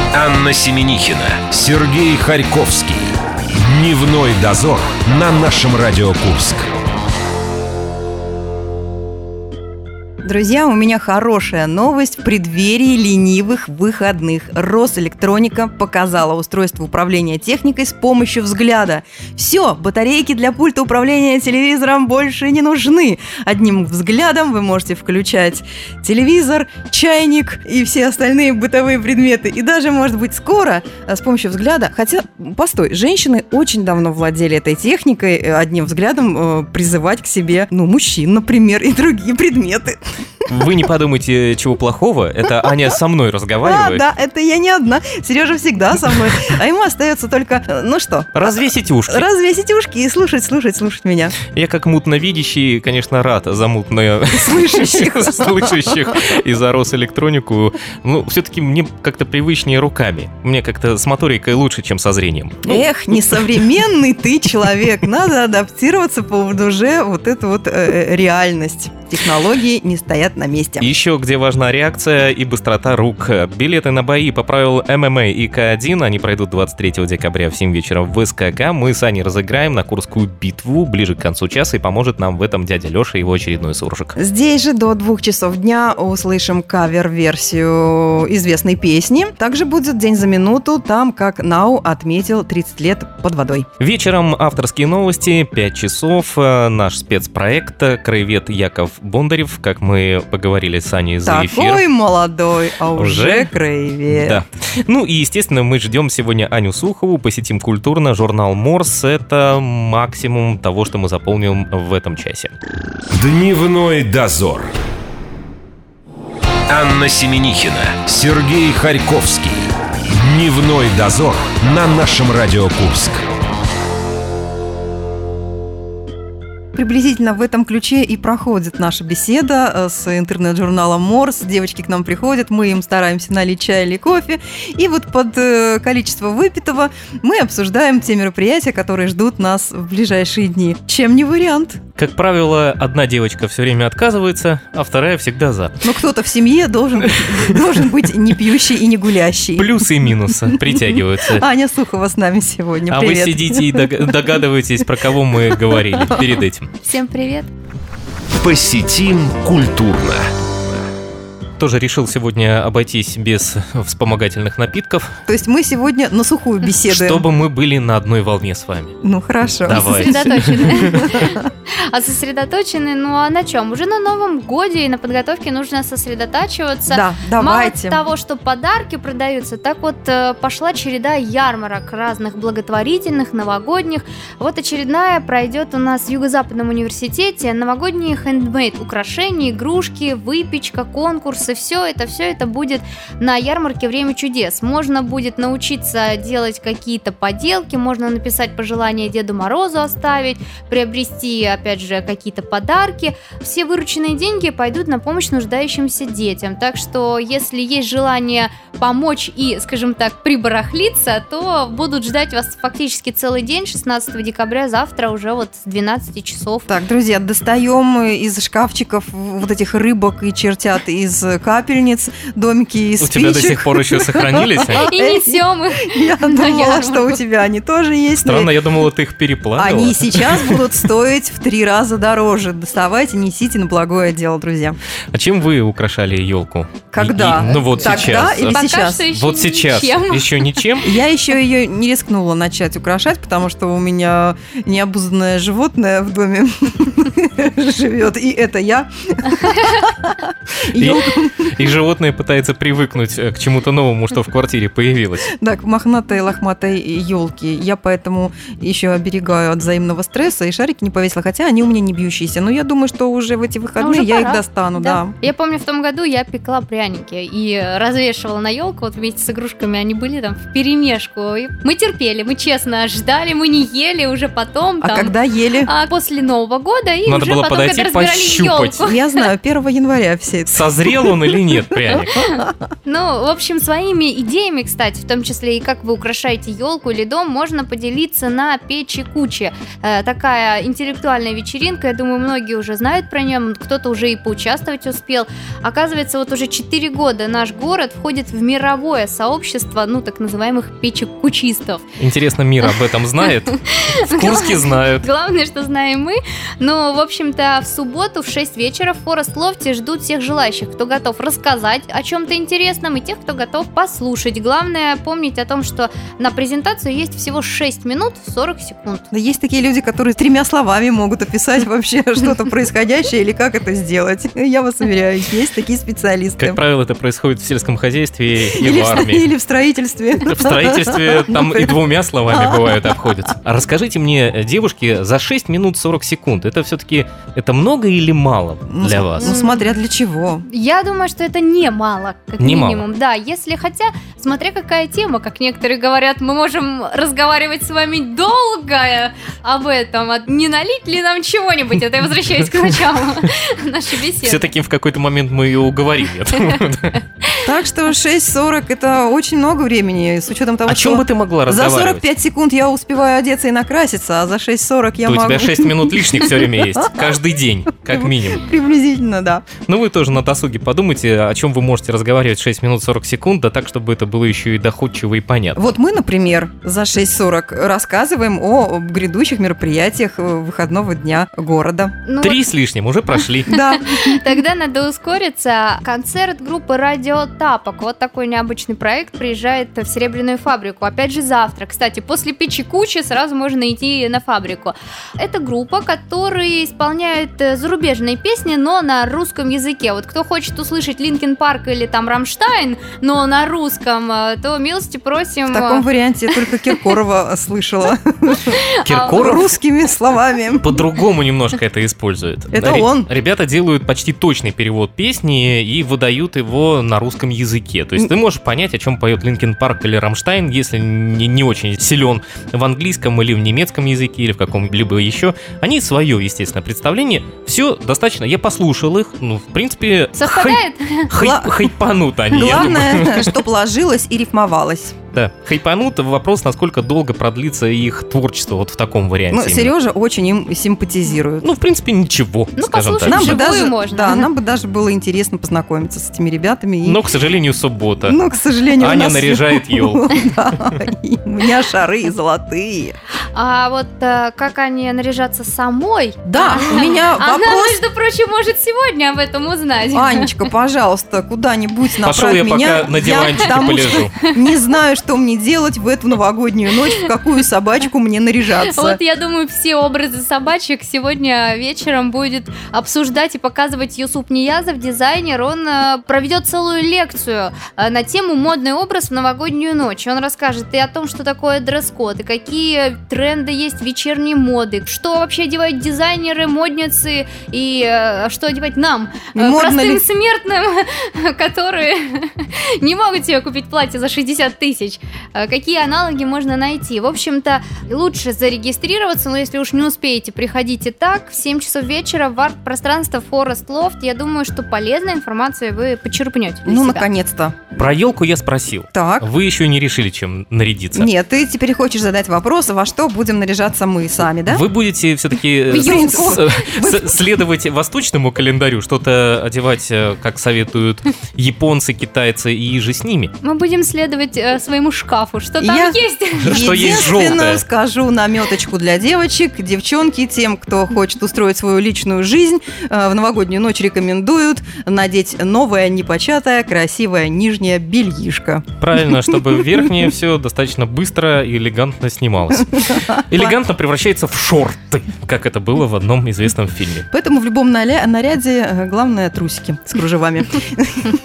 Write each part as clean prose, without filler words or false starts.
Анна Семенихина, Сергей Харьковский. Дневной дозор на нашем Радио Курск. Друзья, у меня хорошая новость в преддверии ленивых выходных. Росэлектроника показала устройство управления техникой с помощью взгляда. Все, батарейки для пульта управления телевизором больше не нужны. Одним взглядом вы можете включать телевизор, чайник и все остальные бытовые предметы. И даже, может быть, скоро с помощью взгляда... Хотя, постой, женщины очень давно владели этой техникой, одним взглядом призывать к себе, мужчин, например, и другие предметы. Вы не подумайте, чего плохого. Это Аня со мной разговаривает. Да, это я не одна. Сережа всегда со мной. А ему остается только, развесить ушки. Развесить ушки и слушать меня. Я как мутновидящий, конечно, рад за мутно слышащих и за Росэлектронику. Все-таки мне как-то привычнее руками. Мне как-то с моторикой лучше, чем со зрением. Эх, несовременный ты человек. Надо адаптироваться под уже вот эту реальность. Технологии не стоят на месте. Еще где важна реакция и быстрота рук. Билеты на бои по правилам ММА и К1, они пройдут 23 декабря в 7 вечера в СКК. Мы с Аней разыграем на Курскую битву ближе к концу часа, и поможет нам в этом дядя Леша и его очередной суржик. Здесь же до 2 часов дня услышим кавер-версию известной песни. Также будет «День за минуту», там, как Нау отметил 30 лет под водой. Вечером авторские новости, 5 часов, наш спецпроект «Краевед Яков Бондарев», как мы поговорили с Аней за эфир. Такой молодой, а уже краевед. Да. И, естественно, мы ждем сегодня Аню Сухову, посетим культурно журнал «Морс». Это максимум того, что мы заполним в этом часе. Дневной дозор. Анна Семенихина, Сергей Харьковский. Дневной дозор на нашем Радио Курск. Приблизительно в этом ключе и проходит наша беседа с интернет-журналом «Морс». Девочки к нам приходят, мы им стараемся налить чай или кофе. И под количество выпитого мы обсуждаем те мероприятия, которые ждут нас в ближайшие дни. Чем не вариант? Как правило, одна девочка все время отказывается, а вторая всегда за. Но кто-то в семье должен быть не пьющий и не гулящий. Плюсы и минусы притягиваются. Аня Сухова с нами сегодня. А привет. Вы сидите и догадываетесь, про кого мы говорили перед этим. Всем привет. Посетим культурно. Тоже решил сегодня обойтись без вспомогательных напитков. То есть мы сегодня на сухую беседуем. Чтобы мы были на одной волне с вами. Хорошо. Давайте. Сосредоточены, а на чем? Уже на Новом Годе и на подготовке нужно сосредотачиваться. Да, давайте. Мало того, что подарки продаются, так пошла череда ярмарок разных благотворительных, новогодних. Очередная пройдет у нас в Юго-Западном университете. Новогодние хендмейд украшения, игрушки, выпечка, конкурсы. Все это будет на ярмарке «Время чудес». Можно будет научиться делать какие-то поделки, можно написать пожелания Деду Морозу оставить, приобрести, опять же, какие-то подарки. Все вырученные деньги пойдут на помощь нуждающимся детям. Так что, если есть желание помочь и, скажем так, прибарахлиться, то будут ждать вас фактически целый день, 16 декабря, завтра уже с 12 часов. Так, друзья, достаем из шкафчиков этих рыбок и чертят из капельниц, домики из спичек. У тебя до сих пор еще сохранились? И несем их. Я думала, что у тебя они тоже есть. Странно, я думала, ты их переплавила. Они сейчас будут стоить в 3 раза дороже. Доставайте, несите на благое дело, друзья. А чем вы украшали елку? Когда? Тогда сейчас. Или пока сейчас? Что еще сейчас. Ничем. Еще ничем? Я еще ее не рискнула начать украшать, потому что у меня необузданное животное в доме живет, и это я. И животное пытается привыкнуть к чему-то новому, что в квартире появилось. Да, к мохнатой лохматой елке. Я поэтому еще оберегаю от взаимного стресса и шарики не повесила, хотя они у меня не бьющиеся. Но я думаю, что уже в эти выходные я их достану. Да. Я помню, в том году я пекла пряники и развешивала на елку вместе с игрушками. Они были там вперемешку. И мы терпели, мы честно ждали, мы не ели уже потом. А когда ели? После Нового года и надо уже было потом, подойти, когда разбирали пощупать. елку. Я знаю, 1 января все это. Созрел он он или нет пряник. Ну, в общем, своими идеями, кстати, в том числе и как вы украшаете елку или дом, можно поделиться на Печи Кучи. Такая интеллектуальная вечеринка, я думаю, многие уже знают про нее, кто-то уже и поучаствовать успел. Оказывается, вот уже 4 года наш город входит в мировое сообщество, ну, так называемых печекучистов. Интересно, мир об этом знает? В Курске знают. Главное, что знаем мы. Но, в общем-то, в субботу в 6 вечера в Форест Лофте ждут всех желающих, кто готов рассказать о чем-то интересном, и тех, кто готов послушать. Главное помнить о том, что на презентацию есть всего 6 минут 40 секунд. Да есть такие люди, которые 3 словами могут описать вообще что-то происходящее или как это сделать. Я вас уверяю, есть такие специалисты. Как правило, это происходит в сельском хозяйстве и Или в армии. Или в строительстве. В строительстве там и 2 словами бывают обходятся. А расскажите мне, девушки, за 6 минут 40 секунд, это все-таки это много или мало для вас? Ну, смотря для чего. Я думаю, что это немало, как Немало. минимум. Да, если хотя, смотря какая тема, как некоторые говорят, мы можем разговаривать с вами долго об этом. Не налить ли нам чего-нибудь? Это я возвращаюсь к началу нашей беседы. Все-таки в какой-то момент мы ее уговорили. Так что 6:40 это очень много времени, с учетом того, О чем что бы ты могла за разговаривать? 45 секунд я успеваю одеться и накраситься, а за 6:40 я То у могу... тебя 6 минут лишних все время есть. Каждый день, как минимум. Приблизительно, да. Ну, вы тоже на досуге подумайте, о чем вы можете разговаривать 6 минут 40 секунд, да так, чтобы это было еще и доходчиво и понятно. Вот мы, например, за 6:40 рассказываем о грядущих мероприятиях выходного дня города. Ну 3 с лишним уже прошли. Да. Тогда надо ускориться. Концерт группы «Радио Тапок». Вот такой необычный проект приезжает в Серебряную фабрику. Опять же завтра. Кстати, после Печи Кучи сразу можно идти на фабрику. Это группа, которая исполняет зарубежные песни, но на русском языке. Вот кто хочет услышать Линкин Парк или там Рамштайн, но на русском, то милости просим. В таком варианте я только Киркорова слышала. Киркоров Русскими словами. по-другому немножко это использует. Это он. Ребята делают почти точный перевод песни и выдают его на русском языке. То есть ты можешь понять, о чем поет Линкин Парк или Рамштайн, если не очень силен в английском или в немецком языке или в каком-либо еще. Они свое, естественно, представление. Все достаточно. Я послушал их. Ну, в принципе, Совпадает? хайпанут они. я думаю. Главное, чтоб ложилось и рифмовалось. Да, хайпанут. Вопрос, насколько долго продлится их творчество вот в таком варианте. Ну, именно. Сережа очень им симпатизирует. Ну, в принципе, ничего, Ну, скажем так. послушай, вживую можно. Да, нам бы даже было интересно познакомиться с этими ребятами. Но, к сожалению, суббота. Но, к сожалению, у Аня нас- наряжает елку. Да, и у меня шары золотые. А вот как они наряжаться самой? Да, у меня Она, вопрос. между прочим, может сегодня об этом узнать. Анечка, пожалуйста, куда-нибудь Пошел направь я меня. пока на диванчике потому полежу. что не знаю, что мне делать в эту новогоднюю ночь, в какую собачку мне наряжаться. Вот я думаю, все образы собачек сегодня вечером будет обсуждать и показывать Юсуп Ниязов, дизайнер. Он проведет целую лекцию на тему «Модный образ в новогоднюю ночь». Он расскажет и о том, что такое дресс-код, и какие тренды есть вечерней моды, что вообще одевают дизайнеры, модницы, и что одевать нам, Модно простым ли? смертным, которые не могут себе купить платье за 60 тысяч. Какие аналоги можно найти? В общем-то, лучше зарегистрироваться, но если уж не успеете, приходите так. В 7 часов вечера в арт-пространство Forest Loft. Я думаю, что полезной информации вы почерпнете для Ну, себя. наконец-то. Про елку я спросил. Так. Вы еще не решили, чем нарядиться? Нет, ты теперь хочешь задать вопрос, во что будем наряжаться мы сами, да? Вы будете все-таки В юбку. следовать восточному календарю, что-то одевать, как советуют японцы, китайцы и же с ними. Мы будем следовать своему шкафу. Что там Я- есть? Что есть Единственное, желтое. скажу наметочку для девочек. Девчонки, тем, кто хочет устроить свою личную жизнь, в новогоднюю ночь рекомендуют надеть новое, непочатое, красивое нижнее бельишко. Правильно, чтобы верхнее все достаточно быстро и элегантно снималось. Элегантно превращается в шорты, как это было в одном известном фильме. Поэтому в любом наряде главное трусики с кружевами.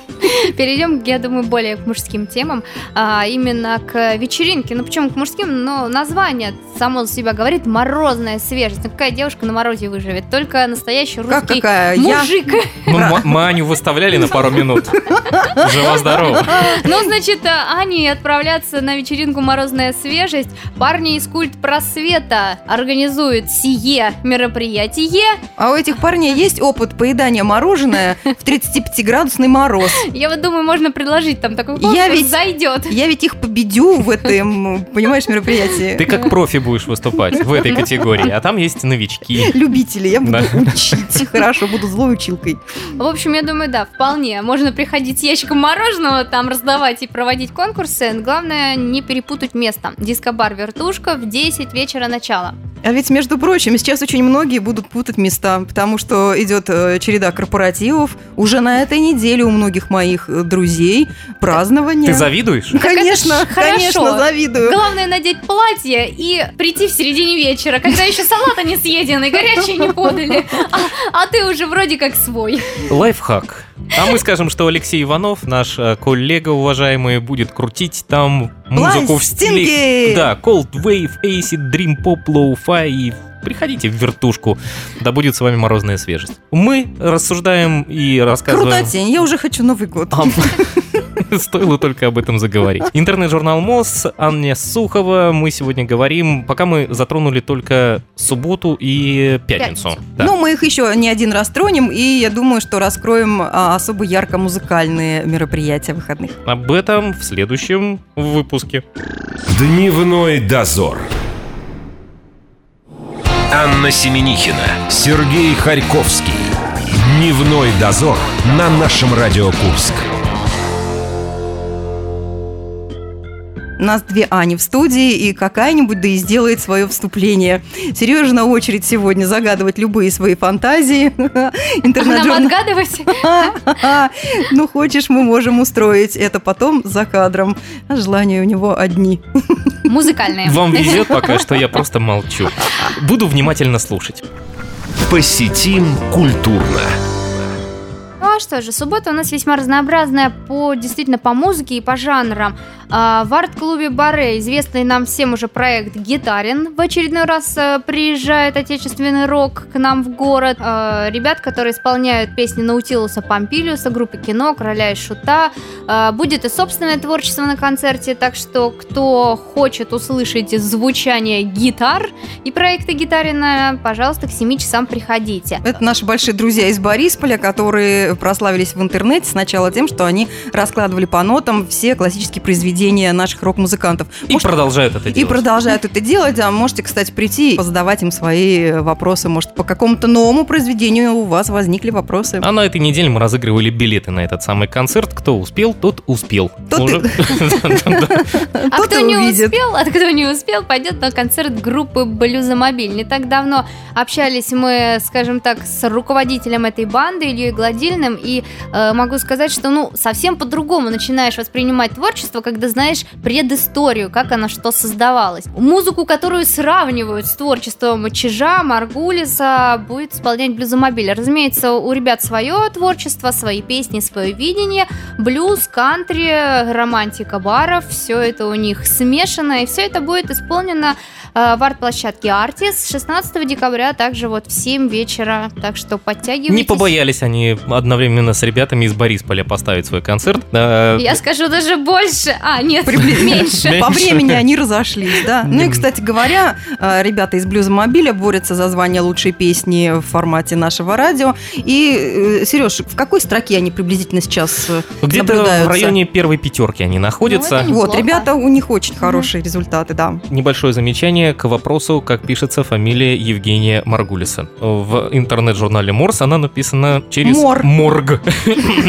Перейдем, я думаю, более к мужским темам, именно к вечеринке. Ну, почему к мужским? Но название само за себя говорит «морозная свежесть». Ну, какая девушка на морозе выживет? Только настоящий русский мужик. Мы Аню выставляли на пару минут. Жива-здорова. Ну, значит, они отправляться на вечеринку «Морозная свежесть». Парни из «Культ Просвета» организуют сие мероприятие. А у этих парней есть опыт поедания мороженого в 35-градусный мороз? Я вот думаю, можно предложить там такой конкурс, зайдет. Я ведь их победю в этом, понимаешь, мероприятии. Ты как профи будешь выступать в этой категории, а там есть новички. Любители, я буду учить. Хорошо, буду злой училкой. В общем, я думаю, да, вполне. Можно приходить с ящиком мороженого, там раздавать и проводить конкурсы. Главное, не перепутать место. Диско-бар «Вертушка» в 10 вечера начало. А ведь, между прочим, сейчас очень многие будут путать места, потому что идет череда корпоративов. Уже на этой неделе у многих моих друзей празднование. Ты завидуешь? Конечно, конечно, завидую. Главное надеть платье и прийти в середине вечера, когда еще салата не съеден и горячие не подали, а ты уже вроде как свой. Лайфхак. А мы скажем, что Алексей Иванов, наш коллега уважаемый, будет крутить там музыку в стиле... Да, Cold Wave, Acid, Dream Pop, Lo-Fi и... Приходите в вертушку, да будет с вами морозная свежесть. Мы рассуждаем и рассказываем... Крутотень, я уже хочу Новый год. Стоило только об этом заговорить. Интернет-журнал МОЗ, Анна Сухова. Мы сегодня говорим, пока мы затронули только субботу и пятницу. Да. Ну, мы их еще не один раз тронем, и я думаю, что раскроем особо ярко-музыкальные мероприятия выходных. Об этом в следующем выпуске. Дневной дозор. Анна Семенихина, Сергей Харьковский. Дневной дозор на нашем Радио Курск. У нас две Ани в студии, и какая-нибудь да и сделает свое вступление. Сережа на очередь сегодня загадывать любые свои фантазии. Нам отгадывать? Ну, хочешь, мы можем устроить это потом за кадром. А желания у него одни. Музыкальные. Вам везет пока что, я просто молчу. Буду внимательно слушать. Посетим культурно. Ну а что же, суббота у нас весьма разнообразная действительно по музыке и по жанрам. В арт-клубе «Баре», известный нам всем уже проект «Гитарин», в очередной раз приезжает отечественный рок к нам в город. Ребят, которые исполняют песни Наутилуса Помпилиуса, группы «Кино», «Короля и Шута». Будет и собственное творчество на концерте, так что кто хочет услышать звучание гитар и проекта «Гитарина», пожалуйста, к 7 часам приходите. Это наши большие друзья из Борисполя, которые прославились в интернете сначала тем, что они раскладывали по нотам все классические произведения наших рок-музыкантов. И продолжают это делать. А можете, кстати, прийти и задавать им свои вопросы. Может, по какому-то новому произведению у вас возникли вопросы. А на этой неделе мы разыгрывали билеты на этот самый концерт. Кто успел, тот успел. А кто не успел, пойдет на концерт группы «Блюзомобиль». Не так давно общались мы, скажем так, с руководителем этой банды Ильей Гладильным, и могу сказать, что совсем по-другому начинаешь воспринимать творчество, когда знаешь предысторию, как оно что создавалось. Музыку, которую сравнивают с творчеством Чижа, Маргулиса, будет исполнять «Блюзомобиль». Разумеется, у ребят свое творчество, свои песни, свое видение, блюз, кантри, романтика баров, все это у них смешано, и все это будет исполнено в арт-площадке «Артис» 16 декабря, также вот в 7 вечера, так что подтягивайтесь. Не побоялись они одновременно с ребятами из Борисполя поставить свой концерт. Я скажу даже больше. Меньше. По времени они разошлись, да. Ну и, кстати говоря, ребята из «Блюзомобиля» борются за звание лучшей песни в формате нашего радио. И, Сереж, в какой строке они приблизительно сейчас где-то наблюдаются? В районе первой 5 они находятся. Вот, ребята, у них очень хорошие результаты, да. Небольшое замечание к вопросу, как пишется фамилия Евгения Маргулиса. В интернет-журнале Морс она написана через Морг.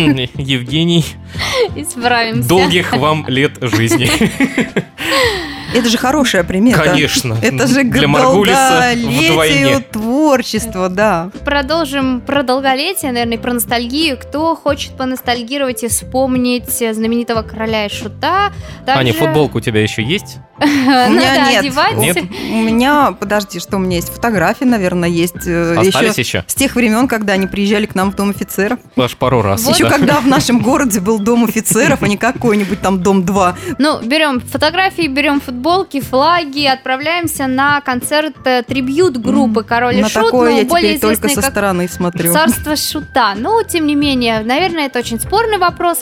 Евгений, исправимся. Долгих вам лет жизни. Это же хорошая примета. Конечно. Это же Для к Маргулиса долголетию вдвойне. творчества, да. Продолжим про долголетие, наверное, и про ностальгию. Кто хочет поностальгировать и вспомнить знаменитого короля и шута? Аня, Также футболка у тебя еще есть? У меня надо нет. одевать. Нет? У меня, подожди, что у меня есть? Фотографии, наверное, есть. Остались еще? С тех времен, когда они приезжали к нам в Дом офицеров. Аж пару раз. Еще да. когда в нашем городе был Дом офицеров, а не какой-нибудь там Дом 2. Ну, берем фотографии, берем футболки, флаги, отправляемся на концерт трибьют группы «Король и На Шут», такое ну, я более теперь только известной со как стороны смотрю. «Царство шута». Но, тем не менее, наверное, это очень спорный вопрос,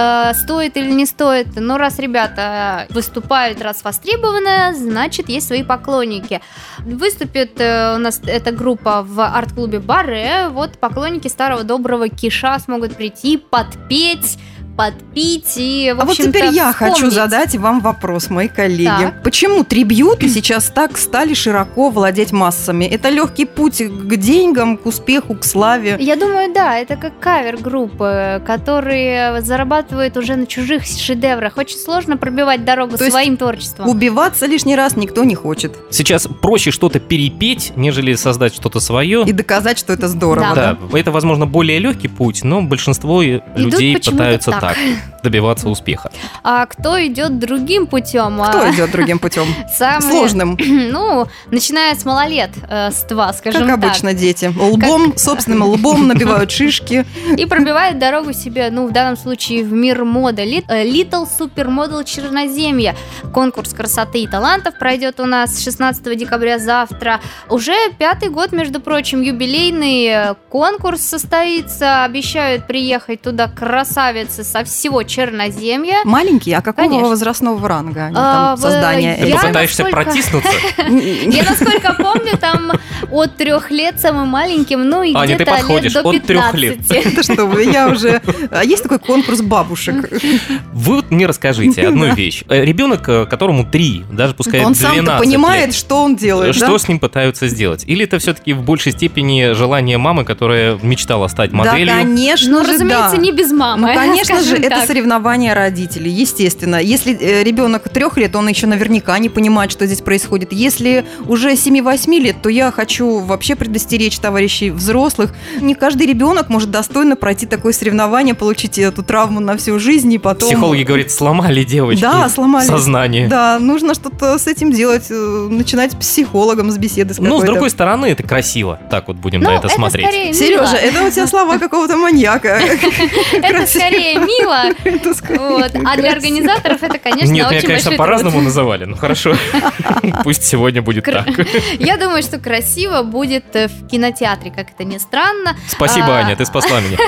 стоит или не стоит. Но раз ребята выступают, раз востребованы, значит, есть свои поклонники. Выступит у нас эта группа в арт-клубе «Баре». Вот поклонники старого доброго Киша смогут прийти, подпеть, подпить и, в А вот общем-то, теперь я хочу вспомнить. задать вам вопрос, мои коллеги. Так. Почему трибьюты сейчас так стали широко владеть массами? Это легкий путь к деньгам, к успеху, к славе. Я думаю, да, это как кавер-группы, которые зарабатывают уже на чужих шедеврах. Очень сложно пробивать дорогу То есть своим творчеством. Убиваться лишний раз никто не хочет. Сейчас проще что-то перепеть, нежели создать что-то свое. И доказать, что это здорово, Да. да? Да, это, возможно, более легкий путь, но большинство людей почему-то пытаются так. добиваться успеха. А кто идет другим путем? Кто идет другим путем? Сложным, Ну, начиная с малолетства, скажем как так. обычно дети. Лбом, собственным лбом набивают шишки. И пробивает дорогу себе, ну, в данном случае, в мир моды. Little Supermodel Черноземья. Конкурс красоты и талантов пройдет у нас 16 декабря завтра. Уже 5-й год, между прочим, юбилейный конкурс состоится. Обещают приехать туда красавицы со всего Черноземья. Маленькие, а какого Конечно. возрастного ранга они там создания? Ты Я попытаешься насколько- протиснуться? Я, насколько помню, там от 3 лет самым маленьким, ну и Аня, ты где-то подходишь, лет до от 3 лет. 15. Это что вы, я уже... А есть такой конкурс бабушек? Вы вот мне расскажите одну вещь. Ребенок, которому 3, даже пускай Он 12 сам-то понимает, лет, что он делает, что да? с ним пытаются сделать? Или это все-таки в большей степени желание мамы, которая мечтала стать моделью? Да, конечно Ну, же, разумеется, да. не без мамы. Ну, конечно же, скажем это так. соревнование родителей, естественно. Если ребенок 3 лет, он еще наверняка не понимает, что здесь происходит. Если уже 7-8 лет, то я хочу вообще предостеречь товарищей взрослых. Не каждый ребенок может достойно пройти такое соревнование, получить эту травму на всю жизнь и потом... Психологи говорят, сломали девочки Да, сломали. сознание. Да, нужно что-то с этим делать, начинать с психологом, с беседы с Ну, с какой-то. другой стороны, это красиво. Так вот будем Ну, на это смотреть. скорее Сережа, мило. это у тебя слова какого-то маньяка. Это скорее мило. Это скорее Вот. А для красиво. организаторов это, конечно, Нет, меня, очень конечно, большой по-разному труд. называли. Ну, хорошо. Пусть сегодня будет так. Я думаю, что красиво будет в кинотеатре, как это ни странно. Спасибо, Аня, ты спасла меня.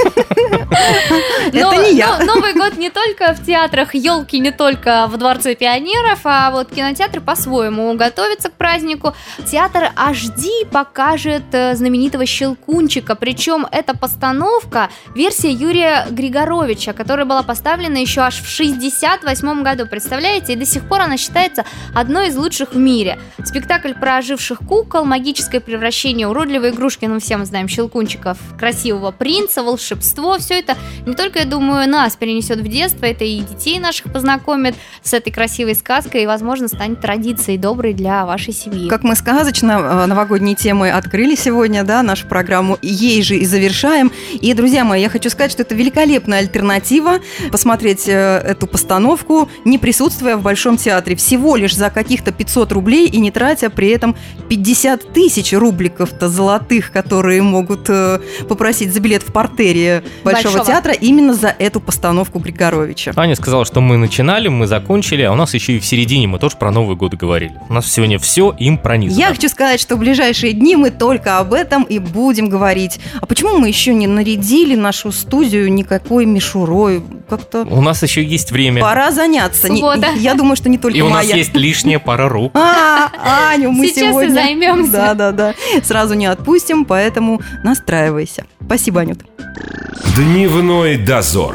Это не я. Но Новый год не только в театрах, елки не только в Дворце пионеров, а вот кинотеатры по-своему готовятся к празднику. Театр HD покажет знаменитого Щелкунчика, причем эта постановка версия Юрия Григоровича, которая была поставлена еще аж в 1968 году, представляете? И до сих пор она считается одной из лучших в мире. Спектакль про оживших кукол, магическое превращение уродливой игрушки, ну все мы знаем Щелкунчика, в красивого принца, волшебство, все это не только, я думаю, нас перенесет в детство, это и детей наших познакомит с этой красивой сказкой и, возможно, станет традицией доброй для вашей семьи. Как мы сказочно новогодние темы открыли сегодня, да, нашу программу, ей же и завершаем. И, друзья мои, я хочу сказать, что это великолепная альтернатива посмотреть эту постановку, не присутствуя в Большом театре. Всего лишь за каких-то 500 рублей и не тратя при этом 50 тысяч рубликов-то золотых, которые могут попросить за билет в партере Большого театра именно за эту постановку Григоровича. Аня сказала, что мы начинали, мы закончили, а у нас еще и в середине мы тоже про Новый год говорили. У нас сегодня все им пронизано. Я хочу сказать, что в ближайшие дни мы только об этом и будем говорить. А почему мы еще не нарядили нашу студию никакой мишурой? Как-то У нас еще есть время. пора заняться. Суббота. Я думаю, что не только И у нас моя. есть лишняя пара рук. Аню, мы Сейчас и сегодня... займемся. Да. Сразу не отпустим, поэтому настраивайся. Спасибо, Анют. Дневной дозор.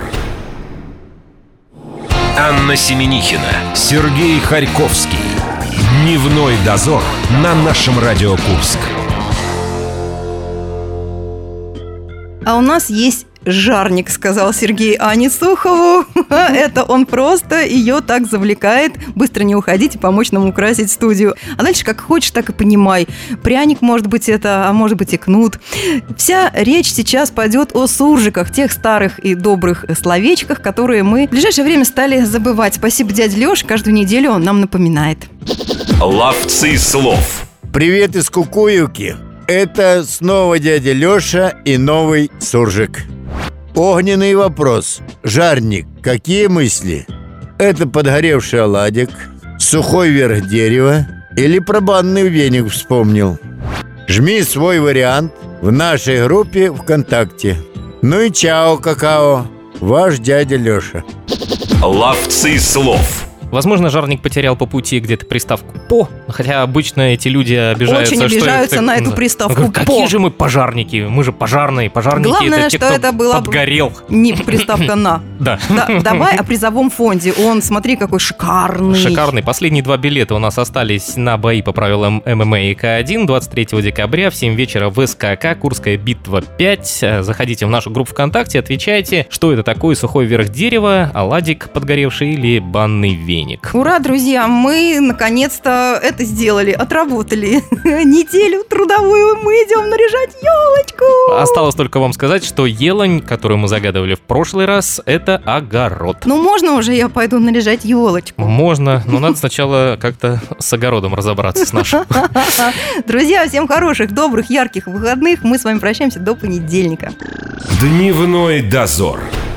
Анна Семенихина, Сергей Харьковский. Дневной дозор на нашем Радио Курск. А у нас есть жарник, сказал Сергей Ане Сухову. Это он просто ее так завлекает. Быстро не уходить и помочь нам украсить студию. А дальше как хочешь, так и понимай. Пряник, может быть, это, а может быть и кнут. Вся речь сейчас пойдет о суржиках, тех старых и добрых словечках, которые мы в ближайшее время стали забывать. Спасибо, дядя Леша, каждую неделю он нам напоминает. Ловцы слов. Привет из Кукуевки. Это снова дядя Леша и новый суржик. Огненный вопрос. Жарник, какие мысли? Это подгоревший оладик, сухой верх дерева или про банный веник вспомнил? Жми свой вариант в нашей группе ВКонтакте. Ну и чао, какао, ваш дядя Леша. Ловцы слов. Возможно, жарник потерял по пути где-то приставку «по», хотя обычно эти люди обижаются. Очень обижаются что на эту приставку «по». Какие же мы пожарники? Мы же пожарные. Пожарники — главное, это те, что кто это было подгорел. Не приставка «на». Да. Давай о призовом фонде. Он, смотри, какой шикарный. Шикарный. Последние 2 билета у нас остались на бои по правилам ММА и К1 23 декабря в 7 вечера в СКК «Курская битва 5». Заходите в нашу группу ВКонтакте, отвечайте, что это такое: сухой верх дерева, оладик подгоревший или банный веник. Ура, друзья, мы наконец-то это сделали, отработали. Неделю трудовую мы идем наряжать елочку. Осталось только вам сказать, что елань, которую мы загадывали в прошлый раз, это огород. Ну, можно уже я пойду наряжать елочку? Можно, но надо сначала как-то с огородом разобраться с нашим. Друзья, всем хороших, добрых, ярких выходных. Мы с вами прощаемся до понедельника. Дневной дозор.